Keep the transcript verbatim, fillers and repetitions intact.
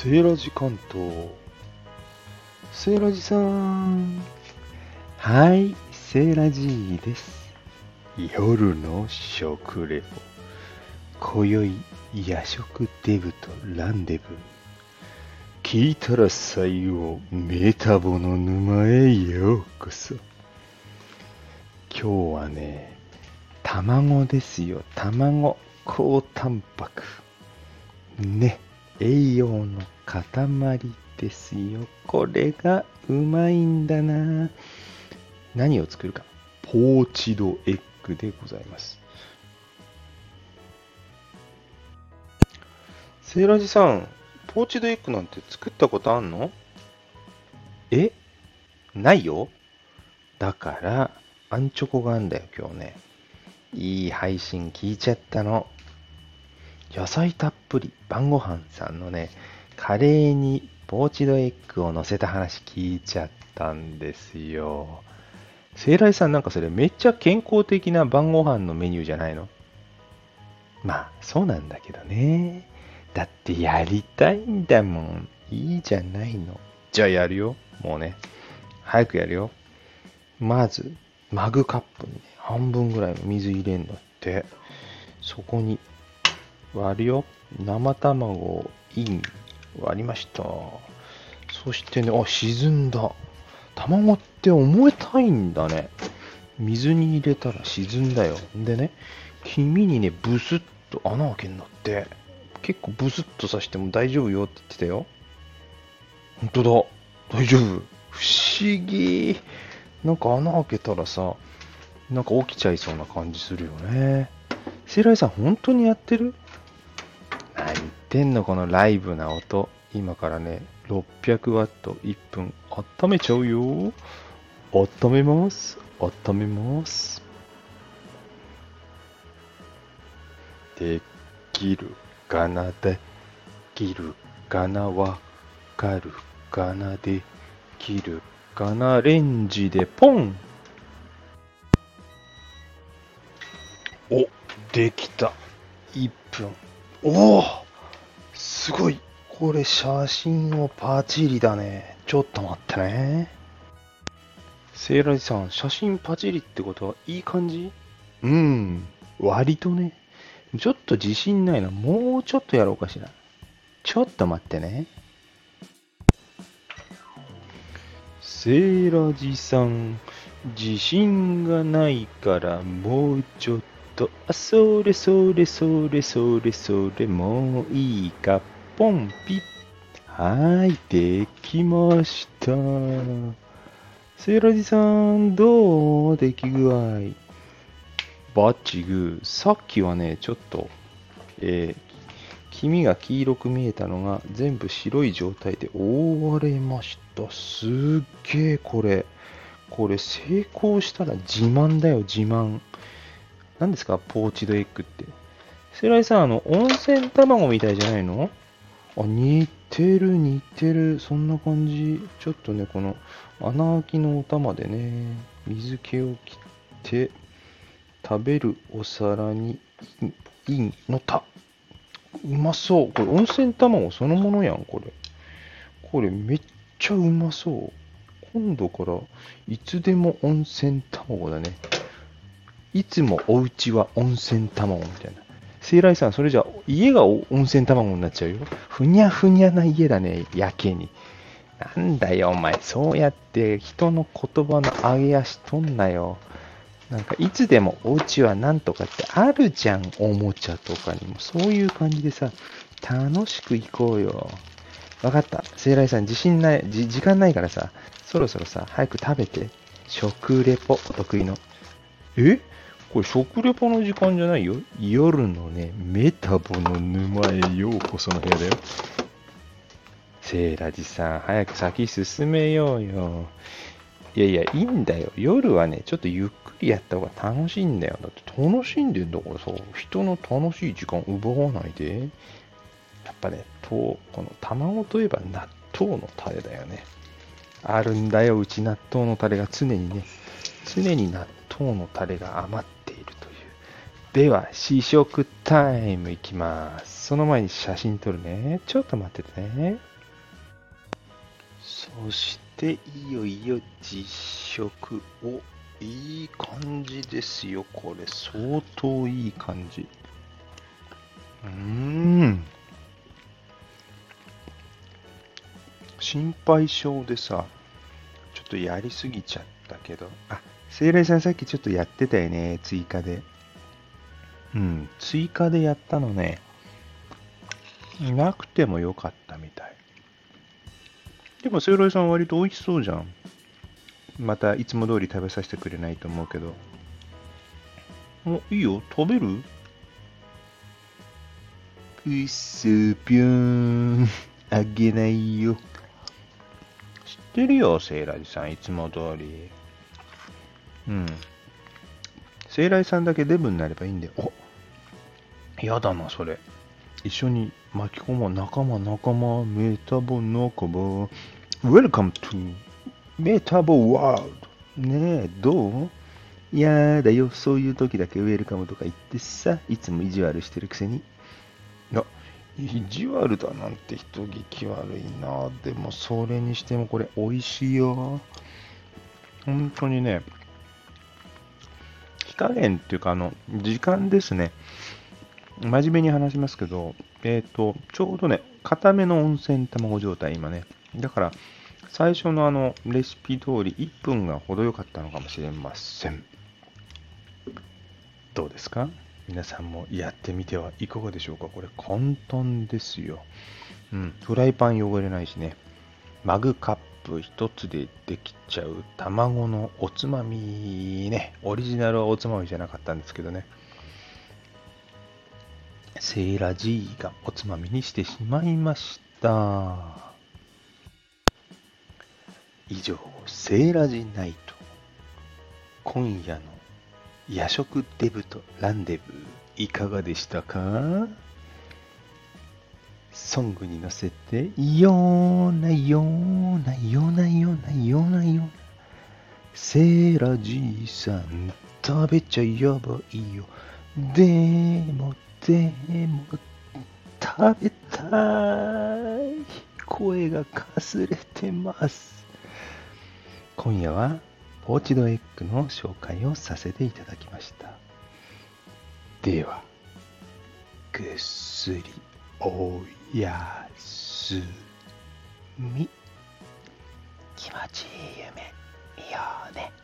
セーラジ関東。セーラジさん。はい、セーラジーです。夜の食レポ。今宵、夜食デブとランデブー。聞いたら最後、メタボの沼へようこそ。今日はね、卵ですよ、卵。高タンパク。ね。栄養の塊ですよ。これがうまいんだな。何を作るか。ポーチドエッグでございます。セイラジさん、ポーチドエッグなんて作ったことあんの？え？ないよ。だから、アンチョコがあんだよ、今日ね。いい配信聞いちゃったの。野菜たっぷり晩ご飯さんのね、カレーにポーチドエッグを乗せた話聞いちゃったんですよ。セイライさんなんかそれめっちゃ健康的な晩ご飯のメニューじゃないの？まあそうなんだけどね。だってやりたいんだもん。いいじゃないの。じゃあやるよ。もうね。早くやるよ。まず、マグカップにね、半分ぐらいの水入れんだって。そこに割るよ。生卵をイン。割りました。そしてね、あ、沈んだ。卵って重たいんだね。水に入れたら沈んだよ。でね、黄身にね、ブスッと穴開けんだって。結構ブスッと刺しても大丈夫よって言ってたよ。ほんとだ。大丈夫。不思議。なんか穴開けたらさ、なんか起きちゃいそうな感じするよね。セイライさん、本当にやってる？何言ってんのこのライブな音。今からね、ろっぴゃくワットいっぷん温めちゃうよ。温めます。温めます。できるかな、できるかな、わかるかな、できるかな、レンジでポン。お、できた。いっぷん。おお、すごい。これ写真をパチリだね。ちょっと待ってね。セイラジさん、写真パチリってことはいい感じ？うん、割とね。ちょっと自信ないな。もうちょっとやろうかしら。ちょっと待ってね。セイラジさん、自信がないからもうちょっと。あ、それそれそれそれそれ、もういいか。ポンピッ。はい、できました。セイラジさん、どう？出来具合。バッチグー。さっきはね、ちょっと、えー、黄身が黄色く見えたのが全部白い状態で覆われました。すっげえ、これ。これ成功したら自慢だよ、自慢。何ですか、ポーチドエッグって。セイラジさん、あの、温泉卵みたいじゃないの？あ、似てる似てる。そんな感じ。ちょっとね、この穴開きのお玉でね、水気を切って食べるお皿にインのた。うまそう。これ温泉卵そのものやん、これ。これめっちゃうまそう。今度からいつでも温泉卵だね。いつもお家は温泉卵みたいな。セイライさん、それじゃ家が温泉卵になっちゃうよ。ふにゃふにゃな家だね、やけに。なんだよ、お前。そうやって人の言葉の上げ足取んなよ。なんか、いつでもお家はなんとかってあるじゃん、おもちゃとかにも。そういう感じでさ、楽しく行こうよ。わかった。セイライさん、自信ない、じ、時間ないからさ、そろそろさ、早く食べて。食レポ、お得意の。え？これ食レポの時間じゃないよ。夜のね、メタボの沼へようこその部屋だよ。セイラジさん、早く先進めようよ。いやいや、いいんだよ。夜はね、ちょっとゆっくりやった方が楽しいんだよ。だって楽しんでんだからさ、人の楽しい時間奪わないで。やっぱね、とこの卵といえば納豆のタレだよね。あるんだよ、うち納豆のタレが常にね、常に納豆のタレが余っているという。では、試食タイムいきます。その前に写真撮るね。ちょっと待っててね。 そしていよいよ実食。お、いい感じですよ。これ相当いい感じ。うーん。心配性でさ、ちょっとやりすぎちゃったけど。あ、せいらいさんさっきちょっとやってたよね、追加で。うん、追加でやったのね。なくてもよかったみたい。でも、せいらいさん割と美味しそうじゃん。またいつも通り食べさせてくれないと思うけど。お、いいよ、食べる？うっそぴょーん。あげないよ。知ってるよ、セイラジさん、いつも通り。うん。セイラジさんだけデブになればいいんだよ。お、やだな、それ。一緒に巻き込もう。仲間、仲間、メタボ仲間。Welcome to メタボワールド。ねえ、どう？やだよ、そういう時だけウェルカムとか言ってさ、いつも意地悪してるくせに。いや、意地悪だなんて人聞き悪いな。でも、それにしてもこれ美味しいよ。本当にね、火加減っていうか、あの、時間ですね。真面目に話しますけど、えっと、ちょうどね、固めの温泉卵状態、今ね。だから、最初のあの、レシピ通りいっぷんが程よかったのかもしれません。どうですか？皆さんもやってみてはいかがでしょうか？これ簡単ですよ。うん。フライパン汚れないしね。マグカップ一つでできちゃう卵のおつまみね。オリジナルはおつまみじゃなかったんですけどね。セーラ G がおつまみにしてしまいました。以上、セーラジナイト。今夜の夜食デブとランデブーいかがでしたか？ソングに乗せて、よーなよーなよなよなよなよな。セーラじいさん、食べちゃやばいよ。でも、でも、食べたい。声がかすれてます。今夜は、ポーチドエッグの紹介をさせていただきました。では、ぐっすりおやすみ。気持ちいい夢見ようね。